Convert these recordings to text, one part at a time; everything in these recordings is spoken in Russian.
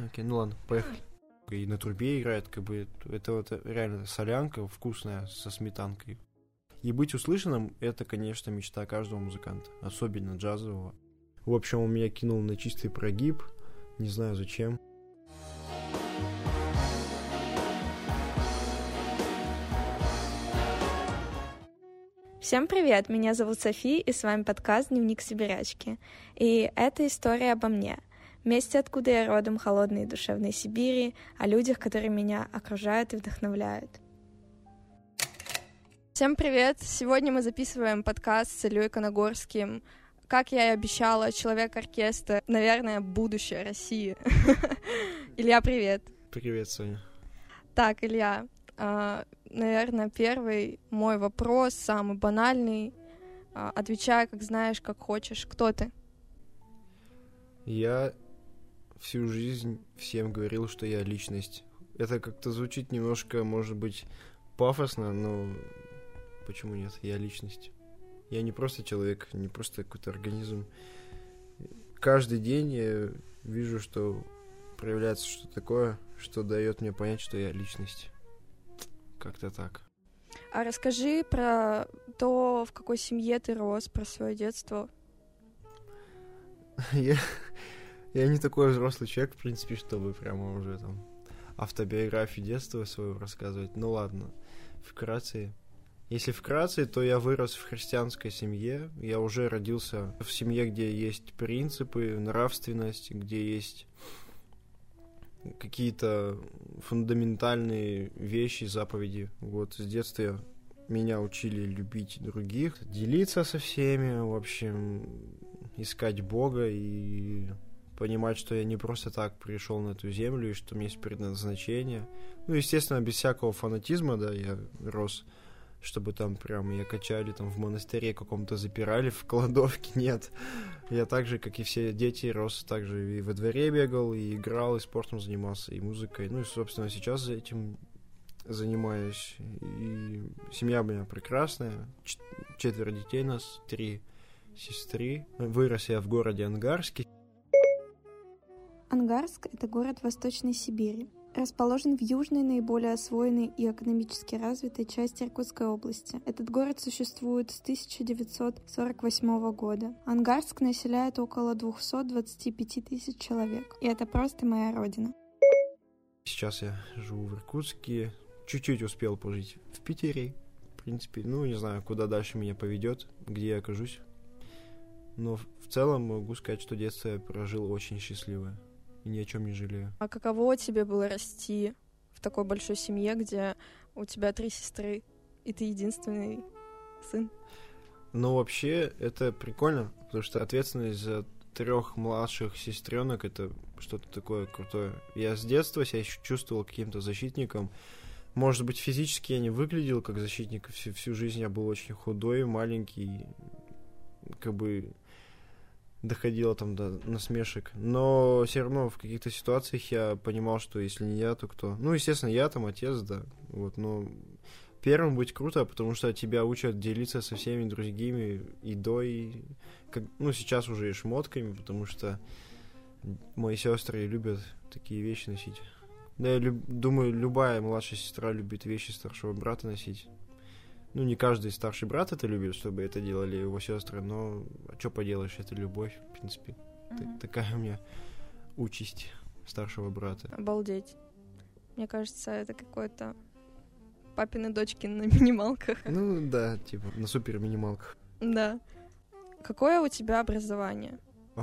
Окей, ну ладно, поехали. И на трубе играет, как бы, это вот реально солянка вкусная со сметанкой. И быть услышанным — это, конечно, мечта каждого музыканта, особенно джазового. В общем, он меня кинул на чистый прогиб, не знаю зачем. Всем привет, меня зовут Софи, и с вами подкаст «Дневник сибирячки». И это история обо мне, месте, откуда я родом, холодной и душевной Сибири, о людях, которые меня окружают и вдохновляют. Всем привет! Сегодня мы записываем подкаст с Ильей Коногорским. Как я и обещала, человек-оркестр, наверное, будущее России. Илья, привет! Привет, Соня. Так, Илья, наверное, первый мой вопрос, самый банальный. Отвечай, как знаешь, как хочешь. Кто ты? Я всю жизнь всем говорил, что я личность. Это как-то звучит немножко, может быть, пафосно, но почему нет? Я личность. Я не просто человек, не просто какой-то организм. Каждый день я вижу, что проявляется что-то такое, что дает мне понять, что я личность. Как-то так. А расскажи про то, в какой семье ты рос, про свое детство. Я не такой взрослый человек, в принципе, чтобы прямо уже там автобиографию детства своего рассказывать. Ну ладно, вкратце. Если вкратце, то я вырос в христианской семье. Я уже родился в семье, где есть принципы, нравственность, где есть какие-то фундаментальные вещи, заповеди. Вот с детства меня учили любить других, делиться со всеми, в общем, искать Бога и понимать, что я не просто так пришел на эту землю и что у меня есть предназначение. Ну, естественно, без всякого фанатизма, да, я рос, чтобы там прям меня качали, там в монастыре каком-то запирали, в кладовке, нет. Я так же, как и все дети, рос также и во дворе бегал, и играл, и спортом занимался, и музыкой. Ну и, собственно, сейчас этим занимаюсь. И семья у меня прекрасная, 4 детей нас, 3 сестры. Вырос я в городе Ангарске. Ангарск — это город в Восточной Сибири. Расположен в южной, наиболее освоенной и экономически развитой части Иркутской области. Этот город существует с 1948 года. Ангарск населяет около 225 тысяч человек. И это просто моя родина. Сейчас я живу в Иркутске. Чуть-чуть успел пожить в Питере. В принципе, ну, не знаю, куда дальше меня поведет, где я окажусь. Но в целом могу сказать, что детство я прожил очень счастливое. И ни о чем не жалею. А каково тебе было расти в такой большой семье, где у тебя 3 сестры, и ты единственный сын? Ну, вообще, это прикольно, потому что ответственность за 3 младших сестренок — это что-то такое крутое. Я с детства себя чувствовал каким-то защитником. Может быть, физически я не выглядел как защитник. Всю жизнь я был очень худой, маленький, как бы доходило там до насмешек. Но все равно в каких-то ситуациях я понимал, что если не я, то кто? Ну, естественно, я там, отец, да. Вот, но первым быть круто, потому что тебя учат делиться со всеми другими едой. Ну, сейчас уже и шмотками, потому что мои сестры любят такие вещи носить. Да, я думаю, любая младшая сестра любит вещи старшего брата носить. Ну, не каждый старший брат это любит, чтобы это делали его сестры, но что поделаешь, это любовь, в принципе. Такая у меня участь старшего брата. Обалдеть. Мне кажется, это какой-то папины дочки на минималках. Ну, да, типа на супер минималках. Да. Какое у тебя образование?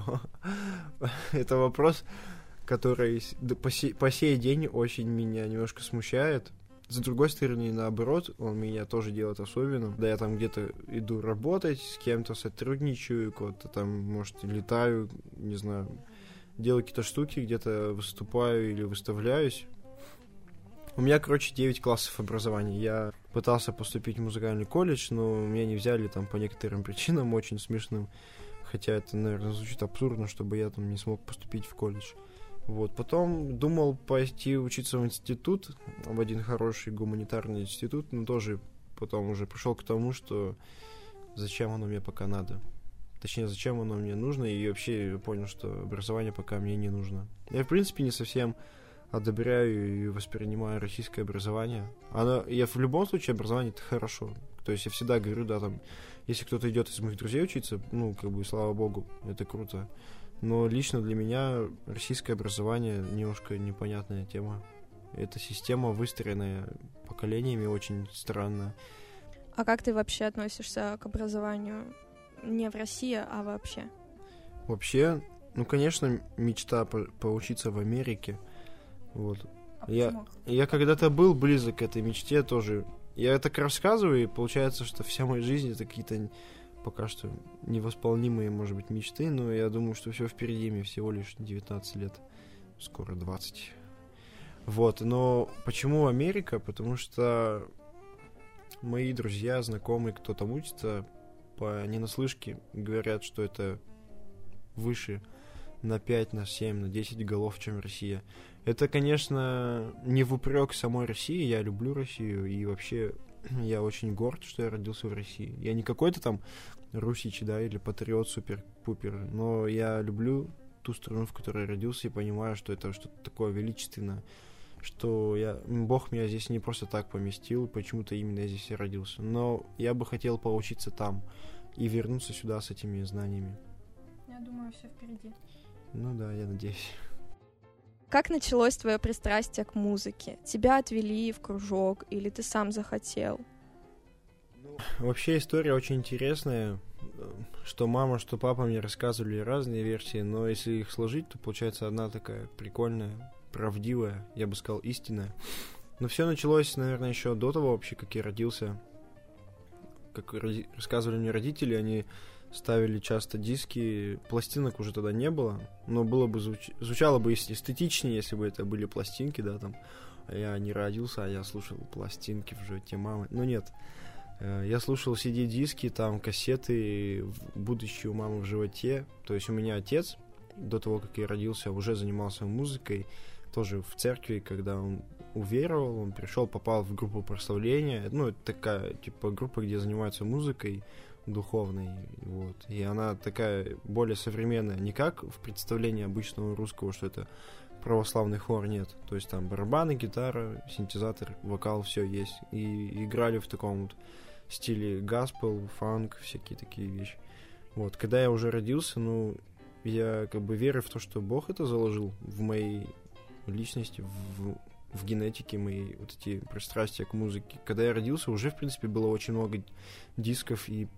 Это вопрос, который по сей день очень меня немножко смущает. С другой стороны, наоборот, он меня тоже делает особенным. Да, я там где-то иду работать, с кем-то сотрудничаю, куда-то там, может, летаю, не знаю, делаю какие-то штуки, где-то выступаю или выставляюсь. У меня, короче, 9 классов образования. Я пытался поступить в музыкальный колледж, но меня не взяли там по некоторым причинам очень смешным. Хотя это, наверное, звучит абсурдно, чтобы я там не смог поступить в колледж. Вот, потом думал пойти учиться в институт, в один хороший гуманитарный институт, но тоже потом уже пришел к тому, что зачем оно мне пока надо. Точнее, зачем оно мне нужно, и вообще я понял, что образование пока мне не нужно. Я, в принципе, не совсем одобряю и воспринимаю российское образование. Я в любом случае, образование — это хорошо. То есть я всегда говорю, да, там, если кто-то идет из моих друзей учиться, ну, как бы, слава богу, это круто. Но лично для меня российское образование немножко непонятная тема. Эта система, выстроенная поколениями, очень странная. А как ты вообще относишься к образованию не в России, а вообще? Вообще, ну, конечно, мечта поучиться в Америке. Вот. Я когда-то был близок к этой мечте тоже. Я так рассказываю, и получается, что вся моя жизнь — это какие-то пока что невосполнимые, может быть, мечты, но я думаю, что все впереди, мне всего лишь 19 лет, скоро 20. Вот, но почему Америка? Потому что мои друзья, знакомые, кто там учится, по ненаслышке говорят, что это выше на 5, на 7, на 10 голов, чем Россия. Это, конечно, не в упрек самой России, я люблю Россию, и вообще я очень горд, что я родился в России. Я не какой-то там русич, да, или патриот супер-пупер, но я люблю ту страну, в которой я родился, и понимаю, что это что-то такое величественное, что Бог меня здесь не просто так поместил, почему-то именно я здесь и родился. Но я бы хотел поучиться там и вернуться сюда с этими знаниями. Я думаю, все впереди. Ну да, я надеюсь. Как началось твое пристрастие к музыке? Тебя отвели в кружок или ты сам захотел? Вообще история очень интересная. Что мама, что папа мне рассказывали разные версии, но если их сложить, то получается одна такая прикольная, правдивая, я бы сказал, истинная. Но все началось, наверное, еще до того вообще, как я родился. Как рассказывали мне родители, они ставили часто диски, пластинок уже тогда не было, но было бы звучало бы эстетичнее, если бы это были пластинки, да, там. Я не родился, а я слушал пластинки в животе мамы. Но нет, я слушал CD-диски, там кассеты, будучи у мамы в животе. То есть у меня отец, до того, как я родился, уже занимался музыкой, тоже в церкви, когда он уверовал, он пришел, попал в группу прославления. Ну, это такая, типа, группа, где занимаются музыкой духовной, вот. И она такая более современная, не как в представлении обычного русского, что это православный хор, нет. То есть там барабаны, гитара, синтезатор, вокал, все есть. И играли в таком вот стиле гаспел, фанк, всякие такие вещи. Вот. Когда я уже родился, ну, я как бы верю в то, что Бог это заложил в моей личности, в генетике моей, вот эти пристрастия к музыке. Когда я родился, уже, в принципе, было очень много дисков и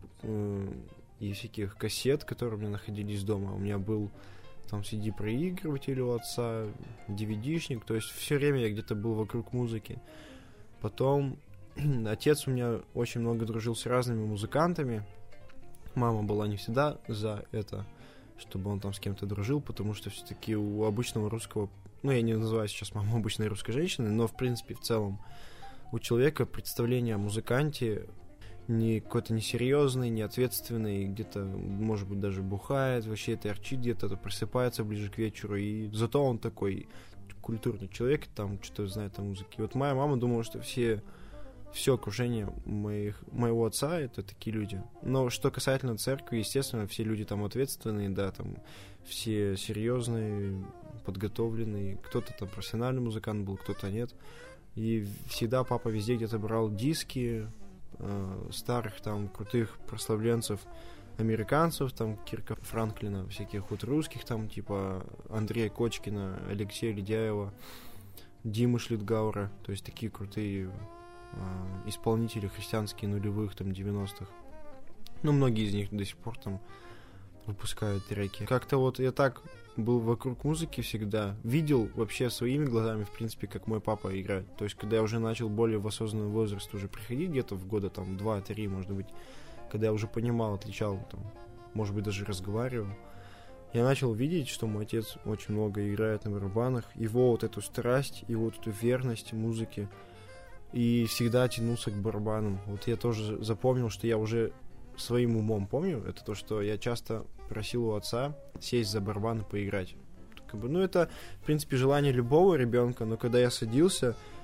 всяких кассет, которые у меня находились дома. У меня был там CD-проигрыватель у отца, DVD-шник, то есть все время я где-то был вокруг музыки. Потом отец у меня очень много дружил с разными музыкантами. Мама была не всегда за это, чтобы он там с кем-то дружил, потому что все-таки у обычного русского, ну, я не называю сейчас маму обычной русской женщины, но, в принципе, в целом, у человека представление о музыканте не какой-то несерьезный, неответственный, где-то, может быть, даже бухает, вообще торчит где-то, то просыпается ближе к вечеру, и зато он такой культурный человек, там, что-то знает о музыке. И вот моя мама думала, что все окружение моего отца — это такие люди. Но что касательно церкви, естественно, все люди там ответственные, да, там все серьезные, подготовленные. Кто-то там профессиональный музыкант был, кто-то нет. И всегда папа везде где-то брал диски старых там крутых прославленцев, американцев, там Кирка Франклина, всяких вот русских там, типа Андрея Кочкина, Алексея Ледяева, Димы Шлитгаура, то есть такие крутые исполнители христианские нулевых, там, 90-х. Ну, многие из них до сих пор там выпускают треки. Как-то вот я так был вокруг музыки всегда, видел вообще своими глазами, в принципе, как мой папа играет. То есть, когда я уже начал более в осознанный возраст уже приходить, где-то в года там 2-3, может быть, когда я уже понимал, отличал, там, может быть, даже разговаривал, я начал видеть, что мой отец очень много играет на барабанах, его вот эту страсть и вот эту верность музыке, и всегда тянулся к барабанам. Вот я тоже запомнил, что я уже своим умом помню, это то, что я часто просил у отца сесть за барабан и поиграть. Как бы, ну, это, в принципе, желание любого ребенка, но когда я садился,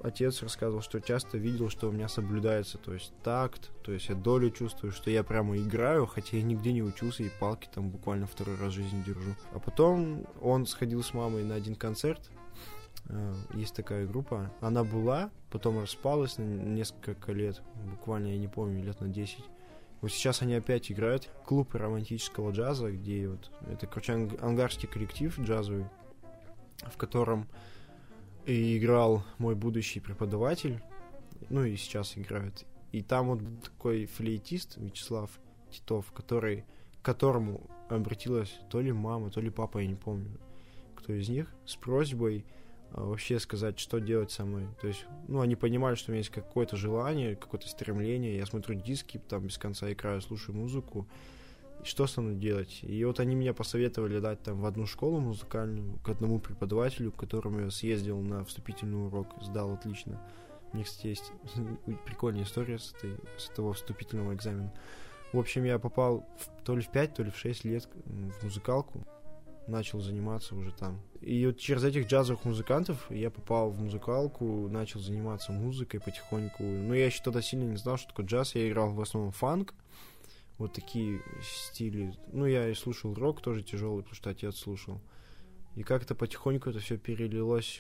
отец рассказывал, что часто видел, что у меня соблюдается, то есть такт, то есть я долю чувствую, что я прямо играю, хотя я нигде не учился и палки там буквально второй раз в жизни держу. А потом он сходил с мамой на один концерт, есть такая группа, она была, потом распалась на несколько лет, буквально, я не помню, лет на 10. Вот сейчас они опять играют. Клуб романтического джаза, где вот это, короче, ангарский коллектив джазовый, в котором и играл мой будущий преподаватель, ну и сейчас играет. И там вот такой флейтист Вячеслав Титов, к которому обратилась то ли мама, то ли папа, я не помню, кто из них, с просьбой вообще сказать, что делать со мной. То есть, ну, они понимали, что у меня есть какое-то желание, какое-то стремление. Я смотрю диски, там без конца играю, слушаю музыку. И что со мной делать? И вот они меня посоветовали дать там в одну школу музыкальную к одному преподавателю, к которому я съездил на вступительный урок, сдал отлично. У меня, кстати, есть прикольная история с того вступительного экзамена. В общем, я попал то ли в 5, то ли в 6 лет в музыкалку. Начал заниматься уже там. И вот через этих джазовых музыкантов я попал в музыкалку, начал заниматься музыкой потихоньку. Но я еще тогда сильно не знал, что такое джаз. Я играл в основном фанк. Вот такие стили. Ну, я и слушал рок тоже тяжелый, потому что отец слушал. И как-то потихоньку это все перевалилось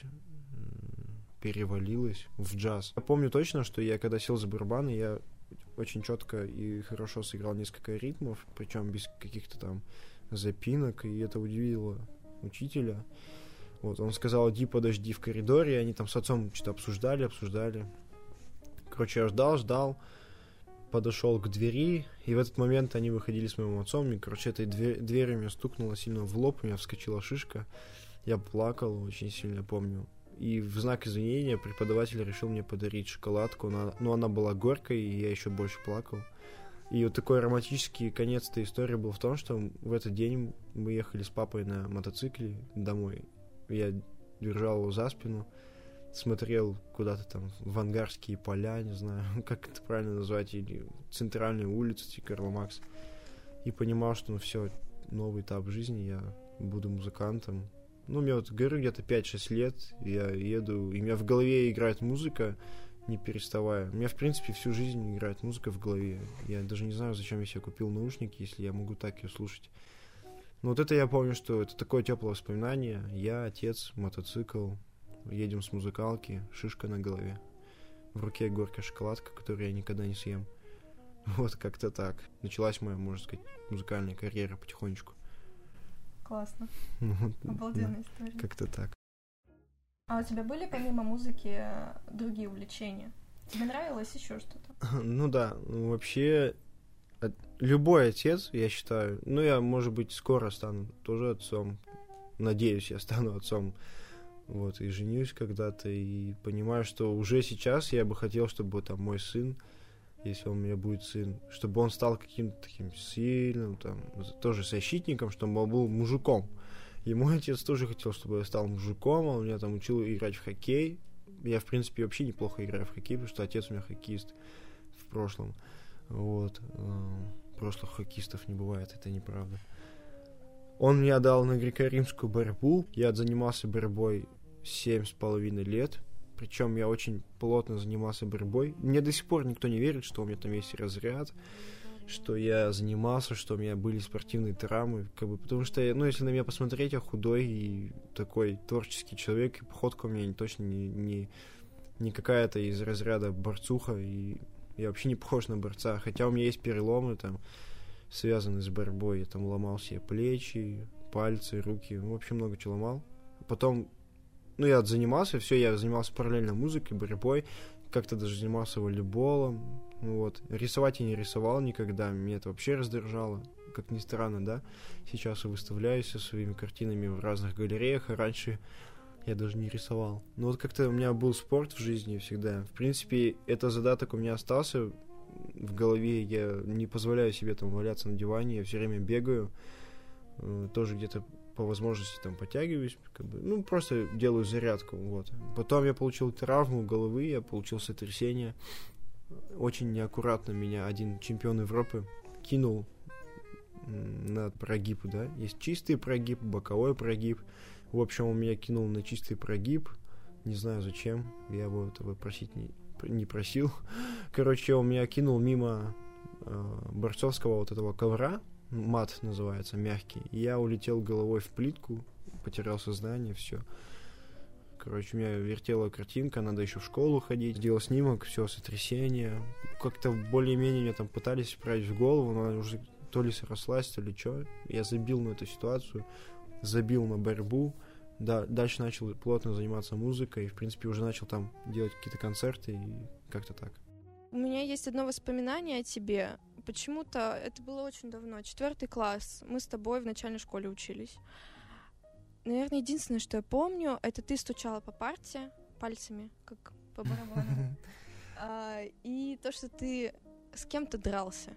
в джаз. Я помню точно, что я когда сел за барабаны, я очень четко и хорошо сыграл несколько ритмов, причем без каких-то там запинок, и это удивило учителя. Вот, он сказал: иди подожди в коридоре, и они там с отцом что-то обсуждали. Короче, я ждал, подошел к двери, и в этот момент они выходили с моим отцом, и, короче, этой дверью меня стукнуло сильно в лоб, у меня вскочила шишка, я плакал очень сильно, помню. И в знак извинения преподаватель решил мне подарить шоколадку, но она была горькой, и я еще больше плакал. И вот такой романтический конец этой истории был в том, что в этот день мы ехали с папой на мотоцикле домой. Я держал его за спину, смотрел куда-то там в Ангарские поля, не знаю, как это правильно назвать, или центральную улицу, типа Карла Маркса, и понимал, что ну все, новый этап жизни, я буду музыкантом. Ну, мне вот, говорю, где-то 5-6 лет, я еду, и у меня в голове играет музыка, не переставая. У меня, в принципе, всю жизнь играет музыка в голове. Я даже не знаю, зачем я себе купил наушники, если я могу так ее слушать. Но вот это я помню, что это такое теплое воспоминание. Я, отец, мотоцикл, едем с музыкалки, шишка на голове. В руке горькая шоколадка, которую я никогда не съем. Вот как-то так. Началась моя, можно сказать, музыкальная карьера потихонечку. Классно. Обалденная история. Как-то так. А у тебя были помимо музыки другие увлечения? Тебе нравилось еще что-то? Ну да, вообще любой отец, я считаю, ну я, может быть, скоро стану тоже отцом, надеюсь, я стану отцом, вот, и женюсь когда-то, и понимаю, что уже сейчас я бы хотел, чтобы там мой сын, если он у меня будет сын, чтобы он стал каким-то таким сильным, там, тоже защитником, чтобы он был мужиком. И мой отец тоже хотел, чтобы я стал мужиком, он меня там учил играть в хоккей. Я, в принципе, вообще неплохо играю в хоккей, потому что отец у меня хоккеист в прошлом. Вот. Прошлых хоккеистов не бывает, это неправда. Он мне дал на греко-римскую борьбу. Я занимался борьбой 7,5 лет. Причем я очень плотно занимался борьбой. Мне до сих пор никто не верит, что у меня там есть разряд, что я занимался, что у меня были спортивные травмы, как бы, потому что, ну, если на меня посмотреть, я худой и такой творческий человек, и походка у меня точно не какая-то из разряда борцуха, и я вообще не похож на борца, хотя у меня есть переломы, там, связанные с борьбой, я там ломал себе плечи, пальцы, руки, ну, вообще много чего ломал. Потом, ну, я занимался параллельно музыкой, борьбой, как-то даже занимался волейболом. Вот. Рисовать я не рисовал никогда, меня это вообще раздражало, как ни странно, да. Сейчас я выставляюсь со своими картинами в разных галереях, а раньше я даже не рисовал. Но вот как-то у меня был спорт в жизни всегда. В принципе, этот задаток у меня остался в голове, я не позволяю себе там валяться на диване, я все время бегаю, тоже где-то по возможности там подтягиваюсь, как бы, ну, просто делаю зарядку, вот. Потом я получил травму головы, я получил сотрясение. Очень неаккуратно меня один чемпион Европы кинул на прогиб, да. Есть чистый прогиб, боковой прогиб. В общем, он меня кинул на чистый прогиб. Не знаю зачем, я его этого просить не просил. Короче, он меня кинул мимо борцовского вот этого ковра, мат называется, мягкий. И я улетел головой в плитку, потерял сознание, все. Короче, у меня вертела картинка, надо еще в школу ходить. Делал снимок, все, сотрясение. Как-то более-менее меня там пытались вправить в голову, но она уже то ли срослась, то ли что. Я забил на эту ситуацию, забил на борьбу. Да, дальше начал плотно заниматься музыкой. И, в принципе, уже начал там делать какие-то концерты и как-то так. У меня есть одно воспоминание о тебе. Почему-то это было очень давно. 4 класс. Мы с тобой в начальной школе учились. Наверное, единственное, что я помню, это ты стучала по парте пальцами, как по барабану. И то, что ты с кем-то дрался.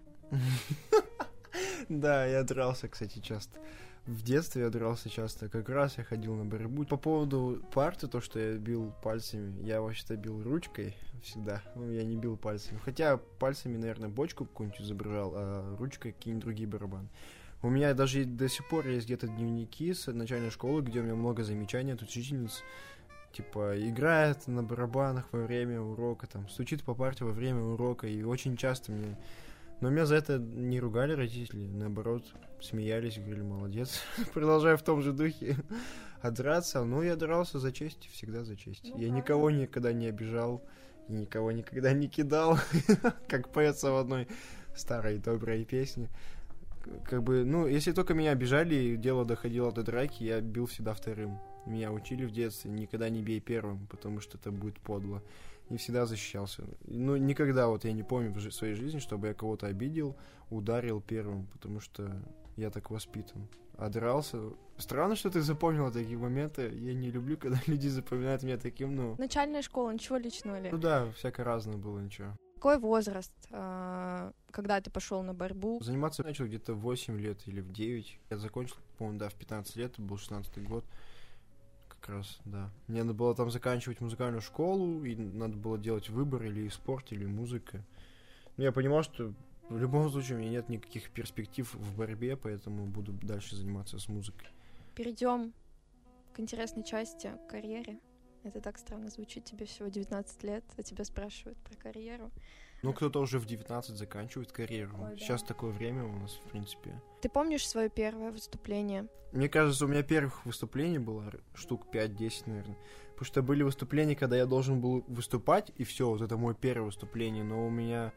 Да, я дрался, кстати, часто. В детстве я дрался часто. Как раз я ходил на борьбу. По поводу парты, то, что я бил пальцами, я вообще-то бил ручкой всегда. Ну, я не бил пальцами. Хотя пальцами, наверное, бочку какую-нибудь изображал, а ручкой какие-нибудь другие барабаны. У меня даже до сих пор есть где-то дневники с начальной школы, где у меня много замечаний от учительниц. Типа, играет на барабанах во время урока, там, стучит по парте во время урока. И очень часто мне... Но меня за это не ругали родители, наоборот, смеялись, говорили, молодец, продолжаю в том же духе. А драться, ну, я дрался за честь, всегда за честь. Я никого никогда не обижал, и никого никогда не кидал, как поется в одной старой доброй песне. Как бы, ну, если только меня обижали, и дело доходило до драки, я бил всегда вторым. Меня учили в детстве, никогда не бей первым, потому что это будет подло. И всегда защищался. Ну, никогда вот я не помню в своей жизни, чтобы я кого-то обидел, ударил первым, потому что я так воспитан. А дрался... Странно, что ты запомнила такие моменты. Я не люблю, когда люди запоминают меня таким, ну... Начальная школа, ничего личного ли? Ну да, всякое разное было, ничего. Какой возраст, когда ты пошел на борьбу? Заниматься я начал где-то в 8 лет или в 9. Я закончил, по-моему, да, в 15 лет, это был 16-й год. Как раз, да. Мне надо было там заканчивать музыкальную школу, и надо было делать выбор или спорт, или музыка. Но я понимал, что в любом случае у меня нет никаких перспектив в борьбе, поэтому буду дальше заниматься с музыкой. Перейдем к интересной части, к карьере. Это так странно звучит, тебе всего 19 лет, а тебя спрашивают про карьеру. Ну, кто-то уже в 19 заканчивает карьеру. Ой, да. Сейчас такое время у нас, в принципе. Ты помнишь свое первое выступление? Мне кажется, у меня первых выступлений было штук 5-10, наверное. Потому что были выступления, когда я должен был выступать, и все, вот это мое первое выступление. Но у меня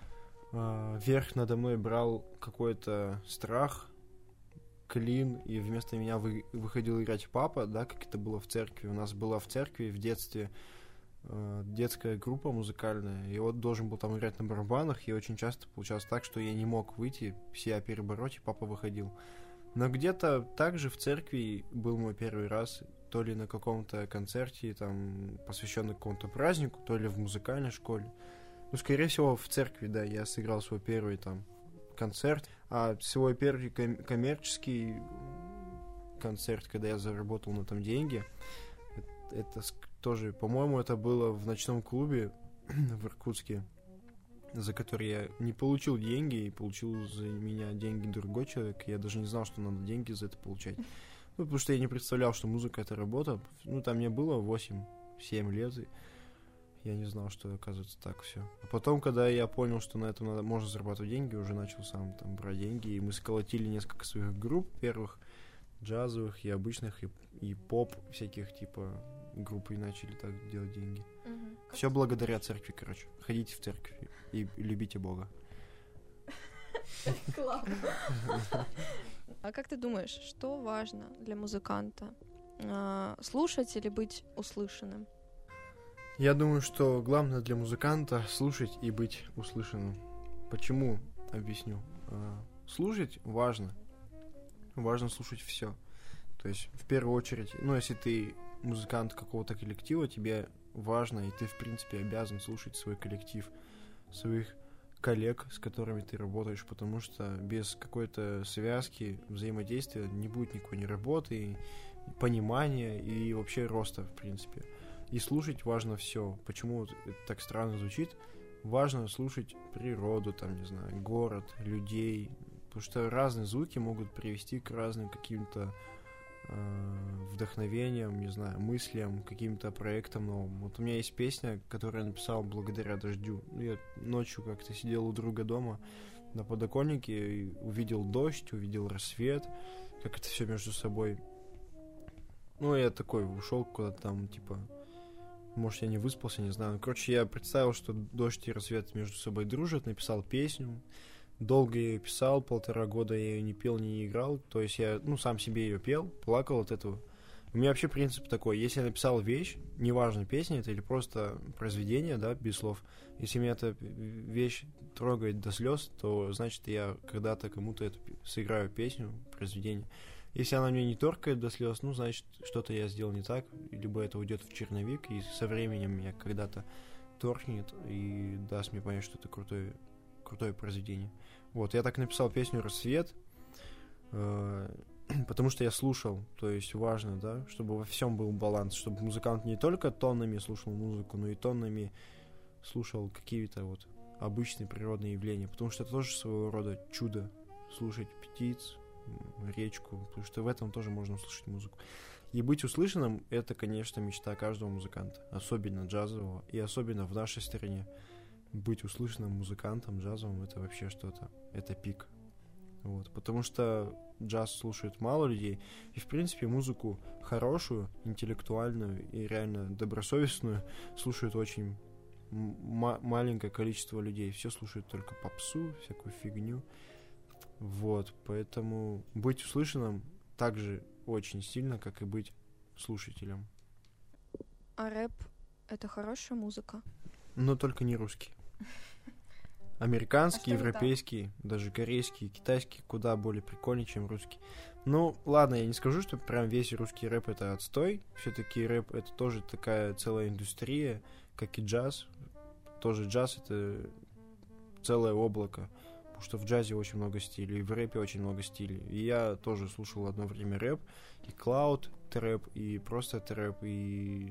верх надо мной брал какой-то страх, клин, и вместо меня выходил играть папа, да, как это было в церкви. У нас была в церкви в детстве детская группа музыкальная, и вот должен был там играть на барабанах, и очень часто получалось так, что я не мог выйти, себя перебороть, и папа выходил. Но где-то также в церкви был мой первый раз, то ли на каком-то концерте, там, посвященный какому-то празднику, то ли в музыкальной школе. Ну, скорее всего, в церкви, да, я сыграл свой первый там концерт, а свой первый коммерческий концерт, когда я заработал на этом деньги, это тоже, по-моему, это было в ночном клубе в Иркутске, за который я не получил деньги, и получил за меня деньги другой человек. Я даже не знал, что надо деньги за это получать. Ну, потому что я не представлял, что музыка — это работа. Ну, там мне было 8-7 лет, и я не знал, что, оказывается, так все. А потом, когда я понял, что на этом можно зарабатывать деньги, уже начал сам там брать деньги, и мы сколотили несколько своих групп первых, джазовых и обычных, и поп всяких типа групп, и начали так делать деньги. Все благодаря церкви, короче. Ходите в церковь и любите Бога. А как ты думаешь, что важно для музыканта? Слушать или быть услышанным? Я думаю, что главное для музыканта — слушать и быть услышанным. Почему? Объясню. Слушать важно. Важно слушать все. То есть, в первую очередь, ну, если ты музыкант какого-то коллектива, тебе важно, и ты, в принципе, обязан слушать свой коллектив, своих коллег, с которыми ты работаешь, потому что без какой-то связки, взаимодействия не будет никакой ни работы, понимания и вообще роста, в принципе. И слушать важно все. Почему это так странно звучит? Важно слушать природу, там, не знаю, город, людей, потому что разные звуки могут привести к разным каким-то вдохновением, не знаю, мыслям, каким-то проектом новым. Вот у меня есть песня, которую я написал благодаря дождю. Я ночью как-то сидел у друга дома на подоконнике и увидел дождь, увидел рассвет, как это все между собой. Ну, я такой ушел куда-то там, типа, может, я не выспался, не знаю. Короче, я представил, что дождь и рассвет между собой дружат, написал песню. Долго я ее писал, 1,5 года я ее не пел, не играл. То есть я, сам себе ее пел, плакал от этого. У меня вообще принцип такой: если я написал вещь, неважно, песня это или просто произведение, да, без слов, если меня эта вещь трогает до слез, то значит я когда-то кому-то сыграю песню, произведение. Если она меня не торкает до слез, значит, что-то я сделал не так, либо это уйдет в черновик, и со временем меня когда-то торкнет и даст мне понять, что это крутое произведение. Вот, я так написал песню «Рассвет», потому что я слушал, то есть важно, да, чтобы во всем был баланс, чтобы музыкант не только тоннами слушал музыку, но и тоннами слушал какие-то вот обычные природные явления, потому что это тоже своего рода чудо, слушать птиц, речку, потому что в этом тоже можно услышать музыку. И быть услышанным — это, конечно, мечта каждого музыканта, особенно джазового, и особенно в нашей стране. Быть услышанным музыкантом джазовым — это вообще что-то, это пик. Вот, потому что джаз слушает мало людей, и, в принципе, музыку хорошую, интеллектуальную и реально добросовестную слушает очень маленькое количество людей. Все слушают только попсу, всякую фигню. Вот, поэтому быть услышанным так же очень сильно, как и быть слушателем. А рэп — это хорошая музыка? Но только не русский. Американский, европейский, даже корейский, китайский куда более прикольнее, чем русский. Ну, ладно, я не скажу, что прям весь русский рэп — это отстой. Все-таки рэп — это тоже такая целая индустрия, как и джаз. Тоже джаз — это целое облако. Потому что в джазе очень много стилей, в рэпе очень много стилей. И я тоже слушал одно время рэп, и клауд трэп, и просто трэп, и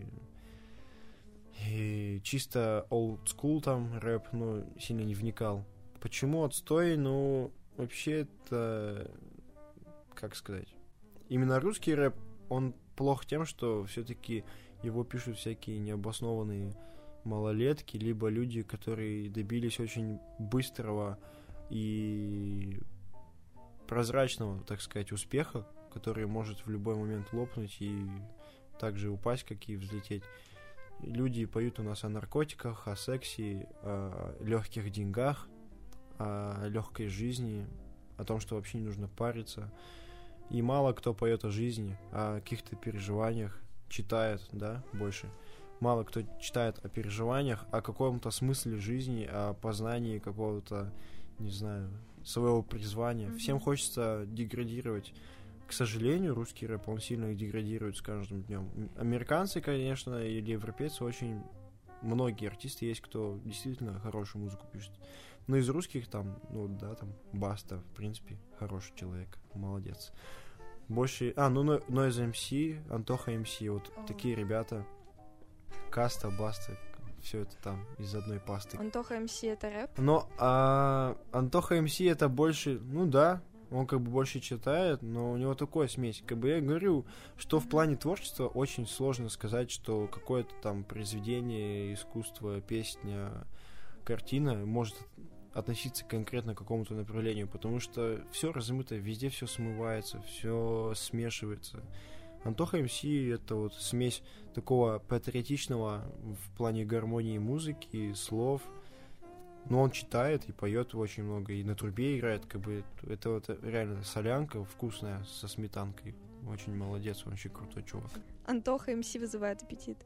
чисто old school там рэп, но сильно не вникал. Почему отстой? Ну, вообще это, как сказать, именно русский рэп, он плох тем, что все-таки его пишут всякие необоснованные малолетки, либо люди, которые добились очень быстрого и прозрачного, так сказать, успеха, который может в любой момент лопнуть и также упасть, как и взлететь. Люди поют у нас о наркотиках, о сексе, о легких деньгах, о легкой жизни, о том, что вообще не нужно париться. И мало кто поет о жизни, о каких-то переживаниях, читает, да, больше. Мало кто читает о переживаниях, о каком-то смысле жизни, о познании какого-то, не знаю, своего призвания. Всем хочется деградировать. К сожалению, русский рэп, он сильно деградирует с каждым днем. Американцы, конечно, или европейцы, очень многие артисты есть, кто действительно хорошую музыку пишет. Но из русских там, Баста, в принципе, хороший человек, молодец. Больше... Noise MC, Антоха MC, вот такие ребята. Каста, Баста, все это там из одной пасты. Антоха МС — это рэп? Но Антоха МС — это больше, он как бы больше читает, но у него такая смесь. Как бы я говорю, что в плане творчества очень сложно сказать, что какое-то там произведение, искусство, песня, картина может относиться конкретно к какому-то направлению, потому что все размыто, везде все смывается, все смешивается. Антоха МС — это вот смесь такого патриотичного в плане гармонии музыки, слов. Но он читает и поет очень много, и на трубе играет, как бы это вот реально солянка вкусная со сметанкой. Очень молодец, он очень крутой чувак. Антоха МС вызывает аппетит.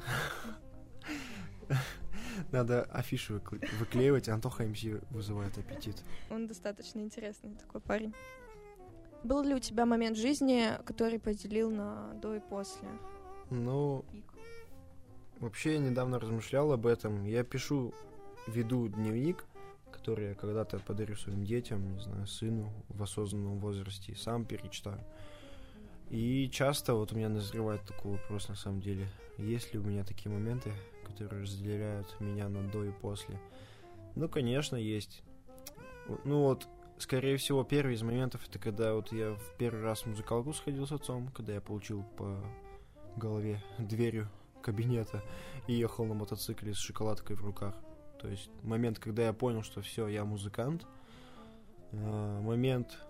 Надо афишу выклеивать, Антоха МС вызывает аппетит. Он достаточно интересный такой парень. Был ли у тебя момент в жизни, который поделил на до и после? Вообще я недавно размышлял об этом. Я веду дневник, который я когда-то подарю своим детям, не знаю, сыну в осознанном возрасте, и сам перечитаю. И часто вот у меня назревает такой вопрос, на самом деле, есть ли у меня такие моменты, которые разделяют меня на до и после? Конечно, есть. скорее всего, первый из моментов, это когда вот я в первый раз в музыкалку сходил с отцом, когда я получил по голове дверью кабинета и ехал на мотоцикле с шоколадкой в руках. То есть момент, когда я понял, что все, я музыкант. Момент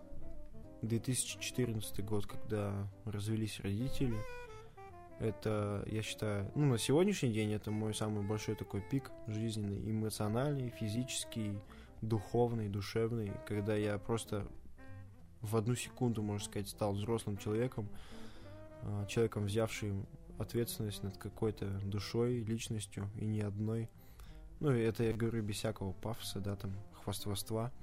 2014 год, когда развелись родители. Это, я считаю, на сегодняшний день это мой самый большой такой пик жизненный, эмоциональный, физический, духовный, душевный, когда я просто в одну секунду, можно сказать, стал взрослым человеком, человеком, взявшим ответственность над какой-то душой, личностью, и не одной. Ну, это я говорю без всякого пафоса, да, там, хвастовства.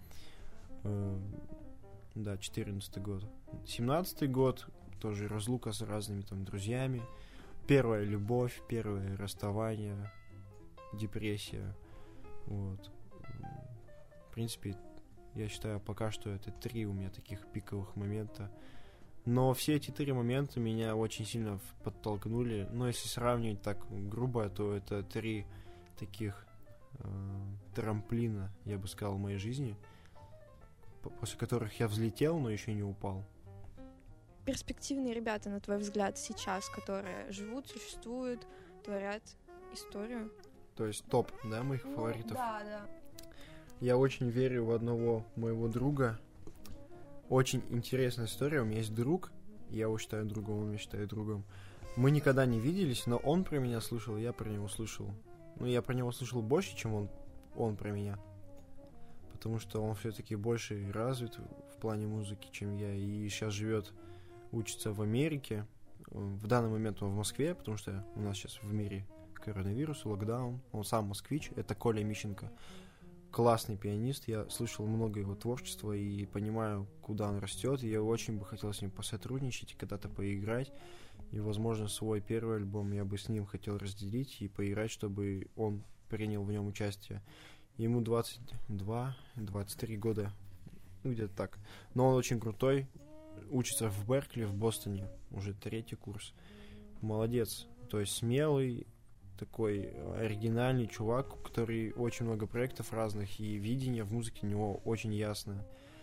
Да, 14-й год. 17-й год, тоже разлука с разными там друзьями. Первая любовь, первое расставание, депрессия. Вот. В принципе, я считаю, пока что это 3 у меня таких пиковых момента. Но все эти 3 момента меня очень сильно подтолкнули. Но если сравнивать так грубо, то это 3 таких трамплина, я бы сказал, в моей жизни, после которых я взлетел, но еще не упал. Перспективные ребята, на твой взгляд, сейчас, которые живут, существуют, творят историю? То есть топ, да, моих фаворитов? Да. Я очень верю в одного моего друга. Очень интересная история. У меня есть друг, я его считаю другом, он меня считает другом. Мы никогда не виделись, но он про меня слышал, я про него слышал. Ну, я про него слышал больше, чем он про меня. Потому что он все-таки больше развит в плане музыки, чем я. И сейчас учится в Америке. В данный момент он в Москве, потому что у нас сейчас в мире коронавирус, локдаун. Он сам москвич, это Коля Мищенко. Классный пианист, я слышал много его творчества и понимаю, куда он растет. И я очень бы хотел с ним посотрудничать и когда-то поиграть. И, возможно, свой первый альбом я бы с ним хотел разделить и поиграть, чтобы он принял в нем участие. Ему 22-23 года, где-то так. Но он очень крутой, учится в Беркли, в Бостоне, уже 3-й курс. Молодец, то есть смелый, такой оригинальный чувак, который очень много проектов разных, и видение в музыке у него очень ясное.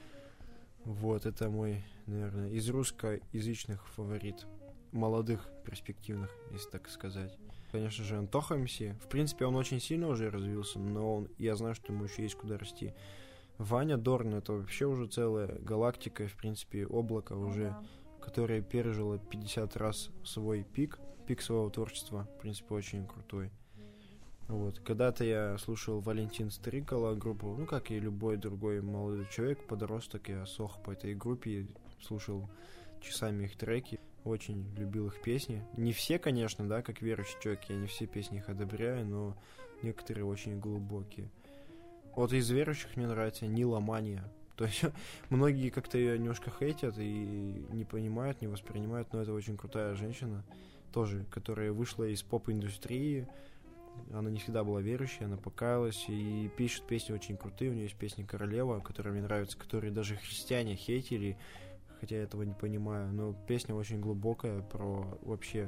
Вот, это мой, наверное, из русскоязычных фаворит. Молодых, перспективных, если так сказать. Конечно же, Антоха МС. В принципе, он очень сильно уже развился, но я знаю, что ему еще есть куда расти. Ваня Дорн — это вообще уже целая галактика, в принципе, облако уже, которое пережило 50 раз свой пик своего творчества. В принципе, очень крутой. Вот. Когда-то я слушал Валентин Стрикало группу, как и любой другой молодой человек, подросток, я сох по этой группе, слушал часами их треки. Очень любил их песни. Не все, конечно, да, как верующий человек, я не все песни их одобряю, но некоторые очень глубокие. Вот из верующих мне нравится Ниломания. То есть многие как-то ее немножко хейтят и не понимают, не воспринимают, но это очень крутая женщина, тоже, которая вышла из поп-индустрии. Она не всегда была верующей, она покаялась и пишет песни очень крутые. У нее есть песни «Королева», которая мне нравится, которые даже христиане хейтили, хотя я этого не понимаю, но песня очень глубокая про вообще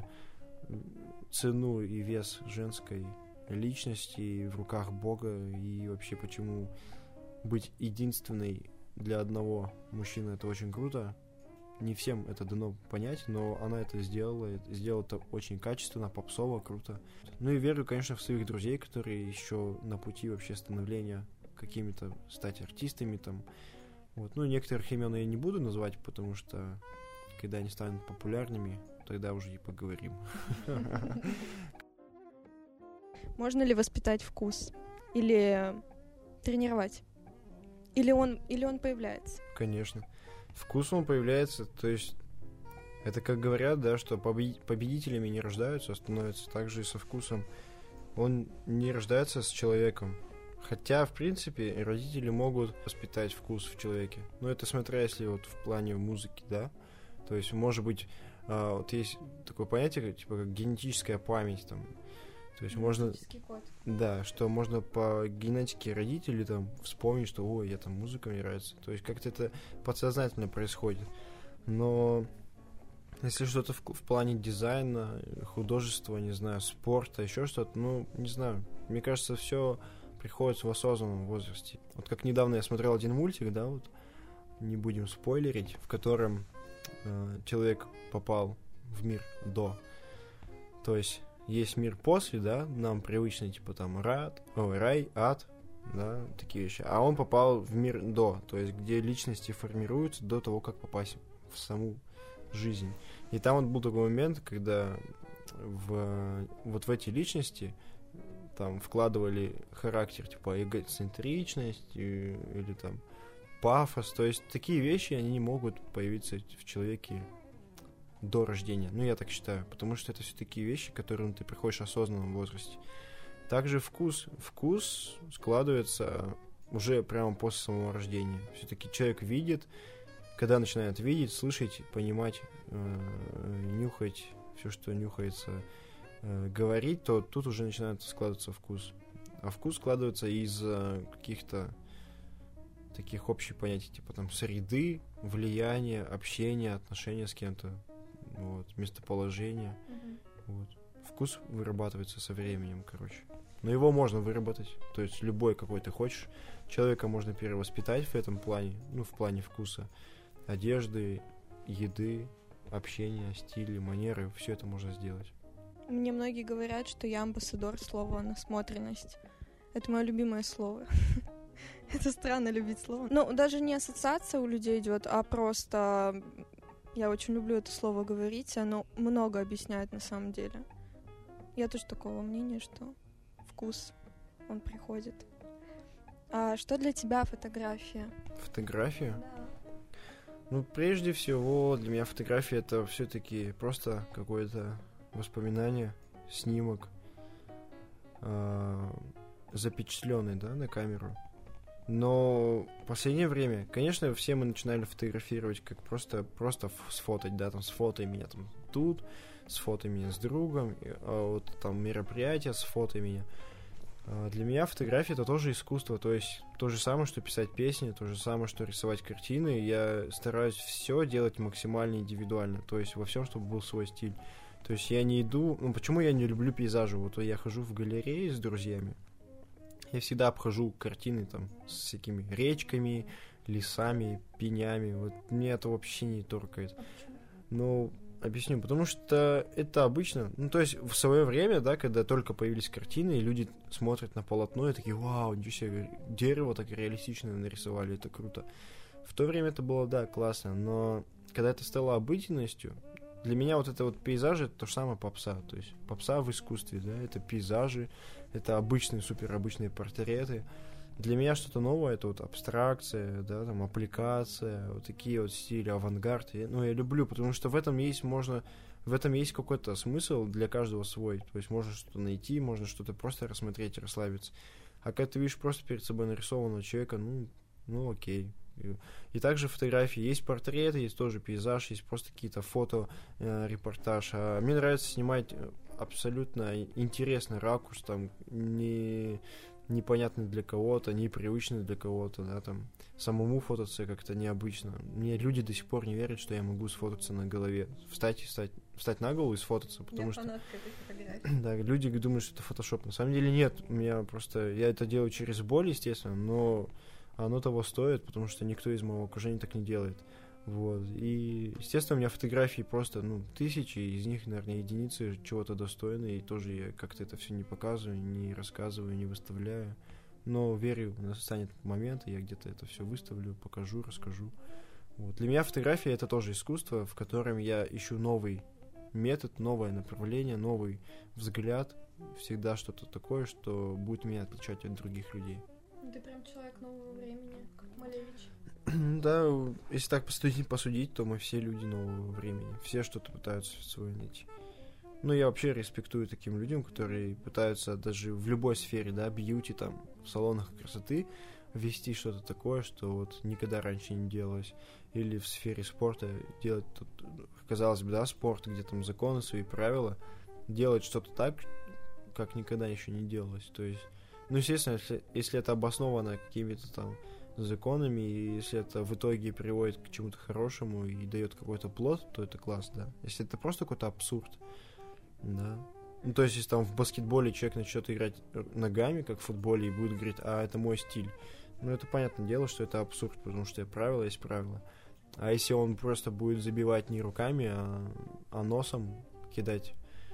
цену и вес женской личности в руках Бога и вообще почему быть единственной для одного мужчины — это очень круто. Не всем это дано понять, но она это сделала это очень качественно, попсово, круто. Ну и верю, конечно, в своих друзей, которые еще на пути вообще становления какими-то, стать артистами там. Вот. Ну, некоторых имен я не буду называть, потому что когда они станут популярными, тогда уже и поговорим. Можно ли воспитать вкус? Или тренировать? Или он появляется? Конечно. Вкус он появляется, то есть это как говорят, да, что победителями не рождаются, а становятся так же и со вкусом. Он не рождается с человеком. Хотя, в принципе, родители могут воспитать вкус в человеке. Но это смотря, если вот в плане музыки, да. То есть, может быть, вот есть такое понятие, типа как генетическая память, там. То есть можно... Код. Да, что можно по генетике родителей там вспомнить, что ой, я там музыка мне нравится. То есть как-то это подсознательно происходит. Но если что-то в плане дизайна, художества, не знаю, спорта, еще что-то, ну, не знаю. Мне кажется, все приходит в осознанном возрасте. Вот как недавно я смотрел один мультик, да, вот не будем спойлерить, в котором человек попал в мир до. То есть есть мир после, да, нам привычный, типа там рай, ад, да, такие вещи. А он попал в мир до, то есть где личности формируются до того, как попасть в саму жизнь. И там вот был такой момент, когда вот в эти личности там вкладывали характер, типа эгоцентричность или там пафос. То есть такие вещи, они не могут появиться в человеке до рождения. Ну, я так считаю. Потому что это все такие вещи, к которым ты приходишь в осознанном возрасте. Также вкус. Вкус складывается уже прямо после самого рождения. Все-таки человек видит, когда начинает видеть, слышать, понимать, нюхать, все, что нюхается, говорить, то тут уже начинает складываться вкус. А вкус складывается из каких-то таких общих понятий, типа там среды, влияния, общения, отношения с кем-то, вот, местоположение. Вот. Вкус вырабатывается со временем, короче. Но его можно выработать, то есть любой, какой ты хочешь. Человека можно перевоспитать в этом плане, ну, в плане вкуса. Одежды, еды, общения, стили, манеры, все это можно сделать. Мне многие говорят, что я амбассадор слова «насмотренность». Это мое любимое слово. Это странно любить слово. Ну, даже не ассоциация у людей идет, а просто я очень люблю это слово говорить, оно много объясняет на самом деле. Я тоже такого мнения, что вкус, он приходит. А что для тебя фотография? Фотография? Да. Ну, прежде всего, для меня фотография — это все-таки просто какое-то воспоминание, снимок, запечатленный, да, на камеру. Но в последнее время, конечно, все мы начинали фотографировать как просто сфотать, да, там, сфотай меня там тут, сфотай меня с другом, вот там мероприятие, сфотай меня. Для меня фотография — это тоже искусство, то есть то же самое, что писать песни, то же самое, что рисовать картины. Я стараюсь все делать максимально индивидуально, то есть во всем, чтобы был свой стиль. То есть я не иду... Ну, почему я не люблю пейзажи? Вот я хожу в галереи с друзьями, я всегда обхожу картины там с всякими речками, лесами, пенями. Вот мне это вообще не торкает. Ну, объясню. Потому что это обычно... Ну, то есть в свое время, да, когда только появились картины, и люди смотрят на полотно и такие: вау, ничего себе, дерево так реалистично нарисовали, это круто. В то время это было, да, классно, но когда это стало обыденностью, для меня вот это вот пейзажи — это то же самое попса. То есть попса в искусстве, да, это пейзажи, это обычные, суперобычные портреты. Для меня что-то новое — это вот абстракция, да, там, аппликация, вот такие вот стили, авангард. Я люблю, потому что в этом есть какой-то смысл для каждого свой. То есть можно что-то найти, можно что-то просто рассмотреть и расслабиться. А когда ты видишь просто перед собой нарисованного человека, ну окей. И также фотографии. Есть портреты, есть тоже пейзаж, есть просто какие-то фото, репортаж. А мне нравится снимать абсолютно интересный ракурс, там, непонятный для кого-то, непривычный для кого-то, да, там, самому фототься как-то необычно. Мне люди до сих пор не верят, что я могу сфотаться на голове. Встать на голову и сфотаться, потому что... Да, люди думают, что это фотошоп. На самом деле нет, я это делаю через боль, естественно, но оно того стоит, потому что никто из моего окружения так не делает. Вот. И, естественно, у меня фотографии просто, тысячи, из них, наверное, единицы чего-то достойны, и тоже я как-то это все не показываю, не рассказываю, не выставляю. Но верю, настанет момент, и я где-то это все выставлю, покажу, расскажу. Вот. Для меня фотография — это тоже искусство, в котором я ищу новый метод, новое направление, новый взгляд, всегда что-то такое, что будет меня отличать от других людей. Ты прям человек нового времени, как Малевич. Да, если так посудить, то мы все люди нового времени. Все что-то пытаются свое найти. Я вообще респектую таким людям, которые пытаются даже в любой сфере, да, бьюти, там, в салонах красоты, ввести что-то такое, что вот никогда раньше не делалось. Или в сфере спорта делать, казалось бы, да, спорт, где там законы, свои правила, делать что-то так, как никогда еще не делалось. То есть, естественно, если это обосновано какими-то там законами, и если это в итоге приводит к чему-то хорошему и дает какой-то плод, то это класс, да. Если это просто какой-то абсурд, да. То есть, если там в баскетболе человек начнет играть ногами, как в футболе, и будет говорить: а это мой стиль, Ну, это понятное дело, что это абсурд, потому что правило есть правило. А если он просто будет забивать не руками, а носом кидать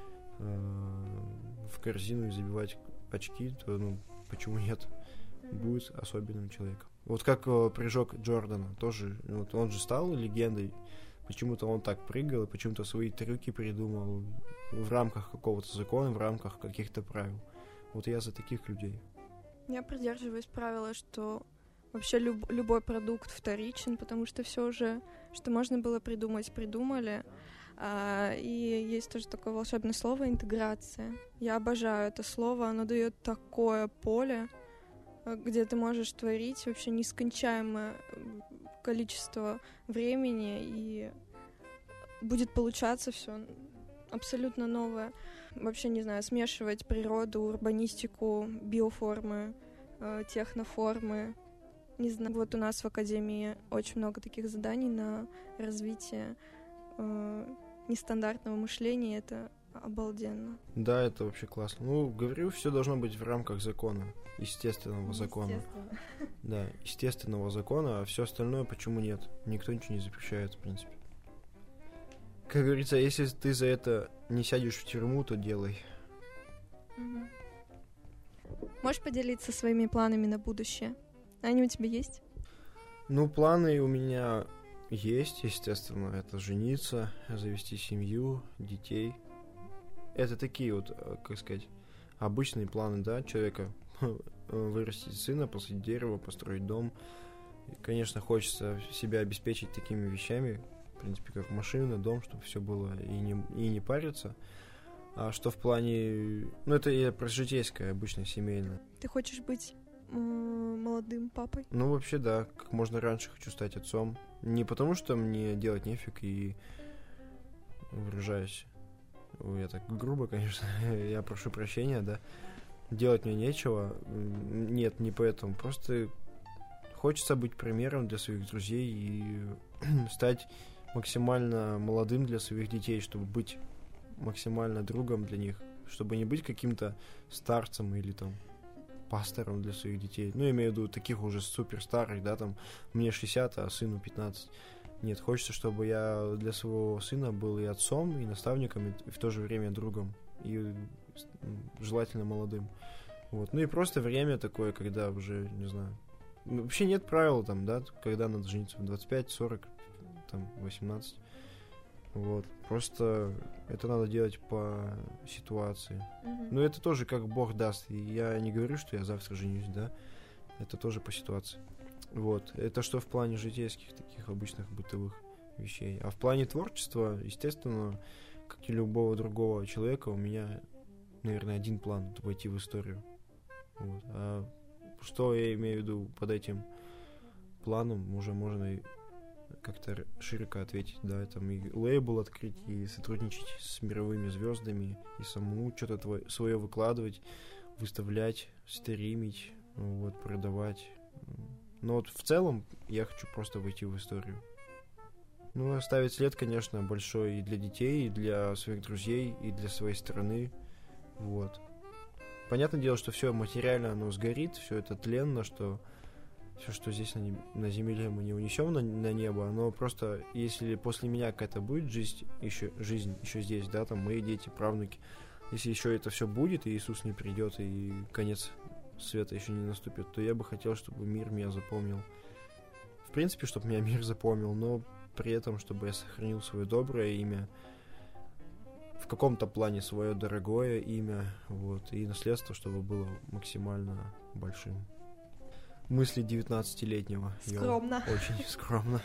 в корзину и забивать очки, то, ну, почему нет? Будет особенным человеком. Вот как прыжок Джордана, тоже, вот он же стал легендой. Почему-то он так прыгал, почему-то свои трюки придумал в рамках какого-то закона, в рамках каких-то правил. Вот я за таких людей. Я придерживаюсь правила, что вообще любой продукт вторичен, потому что все уже, что можно было придумать, придумали. И есть тоже такое волшебное слово — интеграция. Я обожаю это слово, оно дает такое поле, где ты можешь творить вообще нескончаемое количество времени, и будет получаться все абсолютно новое. Вообще, не знаю, смешивать природу, урбанистику, биоформы, техноформы. Не знаю, вот у нас в Академии очень много таких заданий на развитие нестандартного мышления. Это обалденно. Да, это вообще классно. Ну, говорю, все должно быть в рамках закона, естественного закона. Да, естественного закона, а все остальное почему нет? Никто ничего не запрещает, в принципе. Как говорится, если ты за это не сядешь в тюрьму, то делай. Можешь поделиться своими планами на будущее? Они у тебя есть? Ну, планы у меня есть, естественно. Это жениться, завести семью, детей. Это такие вот, как сказать, обычные планы, да, человека. Вырастить сына, посадить дерево, построить дом. И, конечно, хочется себя обеспечить такими вещами, в принципе, как машина, дом, чтобы все было и не париться. А что в плане... Ну, это я про житейское, обычно семейное. Ты хочешь быть молодым папой? Ну, вообще, да. Как можно раньше хочу стать отцом. Не потому, что мне делать нефиг и выражаюсь. Я так грубо, конечно. Я прошу прощения, да. Делать мне нечего. Нет, не поэтому. Просто хочется быть примером для своих друзей и стать максимально молодым для своих детей, чтобы быть максимально другом для них, чтобы не быть каким-то старцем или там пастором для своих детей. Ну, я имею в виду таких уже супер старых, да, там мне 60, а сыну 15. Нет, хочется, чтобы я для своего сына был и отцом, и наставником, и в то же время другом, и желательно молодым. Вот. Ну и просто время такое, когда уже, не знаю, вообще нет правил там, да, когда надо жениться, в 25, 40, там, 18. Вот. Просто это надо делать по ситуации. Но это тоже как Бог даст. И я не говорю, что я завтра женюсь, да. Это тоже по ситуации. Вот. Это что в плане житейских таких обычных бытовых вещей. А в плане творчества, естественно, как и любого другого человека, у меня, наверное, один план — это войти в историю. Вот. А что я имею в виду под этим планом, уже можно и как-то широко ответить, да, там и лейбл открыть, и сотрудничать с мировыми звездами, и самому что-то свое выкладывать, выставлять, стримить, вот, продавать. Но вот в целом я хочу просто войти в историю. Ну, оставить след, конечно, большой и для детей, и для своих друзей, и для своей страны, вот. Понятное дело, что все материально, оно сгорит, все это тленно, что все, что здесь на земле, мы не унесем на небо, но просто если после меня какая-то будет жизнь еще здесь, да, там мои дети, правнуки, если еще это все будет, и Иисус не придет, и конец света еще не наступит, то я бы хотел, чтобы мир меня запомнил. В принципе, чтобы меня мир запомнил, но при этом, чтобы я сохранил свое доброе имя, в каком-то плане свое дорогое имя, вот, и наследство, чтобы было максимально большим. Мысли 19-летнего. Скромно. Очень скромно.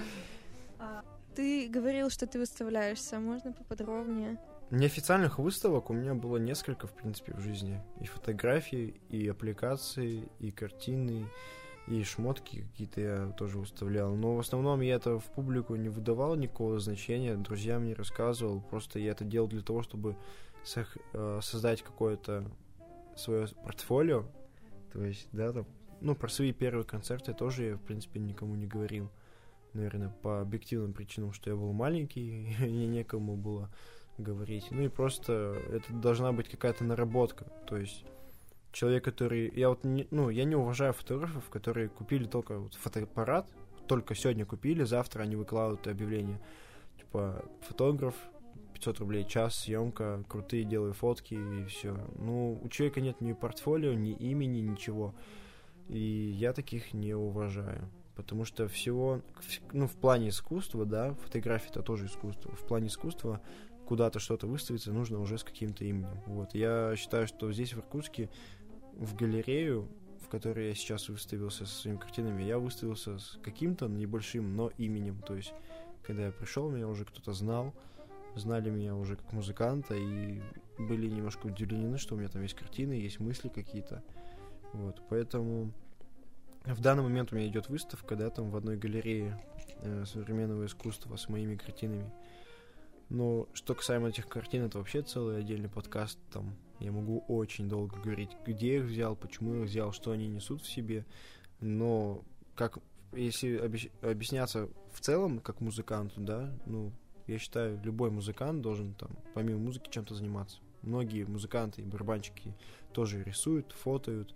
Ты говорил, что ты выставляешься. Можно поподробнее? Неофициальных выставок у меня было несколько, в принципе, в жизни. И фотографии, и аппликации, и картины, и шмотки какие-то я тоже выставлял. Но в основном я это в публику не выдавал никакого значения, друзьям не рассказывал. Просто я это делал для того, чтобы создать какое-то свое портфолио. То есть, да, там, ну, про свои первые концерты тоже я, в принципе, никому не говорил. Наверное, по объективным причинам, что я был маленький, и мне некому было говорить. Ну и просто это должна быть какая-то наработка. То есть человек, который... Я не уважаю фотографов, которые купили только вот фотоаппарат, только сегодня купили, завтра они выкладывают объявление. Типа, фотограф, 500 рублей час, съемка, крутые делаю фотки и все. Ну, у человека нет ни портфолио, ни имени, ничего. И я таких не уважаю. Потому что всего, в плане искусства, да, фотография это тоже искусство. В плане искусства куда-то что-то выставиться нужно уже с каким-то именем. Вот. Я считаю, что здесь в Иркутске в галерею, в которой я сейчас выставился со своими картинами, я выставился с каким-то небольшим, но именем. То есть, когда я пришел, меня уже кто-то знал, знали меня уже как музыканта и были немножко удивлены, что у меня там есть картины, есть мысли какие-то. Вот. Поэтому в данный момент у меня идет выставка, да, там в одной галерее современного искусства с моими картинами. Но что касаемо этих картин, это вообще целый отдельный подкаст. Там я могу очень долго говорить, где я их взял, почему я их взял, что они несут в себе. Но если объясняться в целом как музыканту, да, я считаю, любой музыкант должен там помимо музыки чем-то заниматься. Многие музыканты и барабанщики тоже рисуют, фотоют,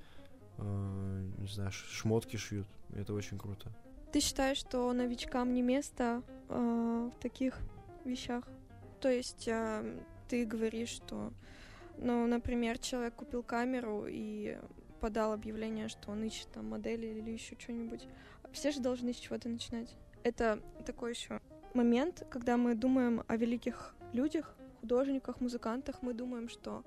не знаю, шмотки шьют. Это очень круто. Ты считаешь, что новичкам не место в таких вещах? То есть ты говоришь, что, например, человек купил камеру и подал объявление, что он ищет там модели или еще что-нибудь. Все же должны с чего-то начинать. Это такой еще момент, когда мы думаем о великих людях, художниках, музыкантах, мы думаем, что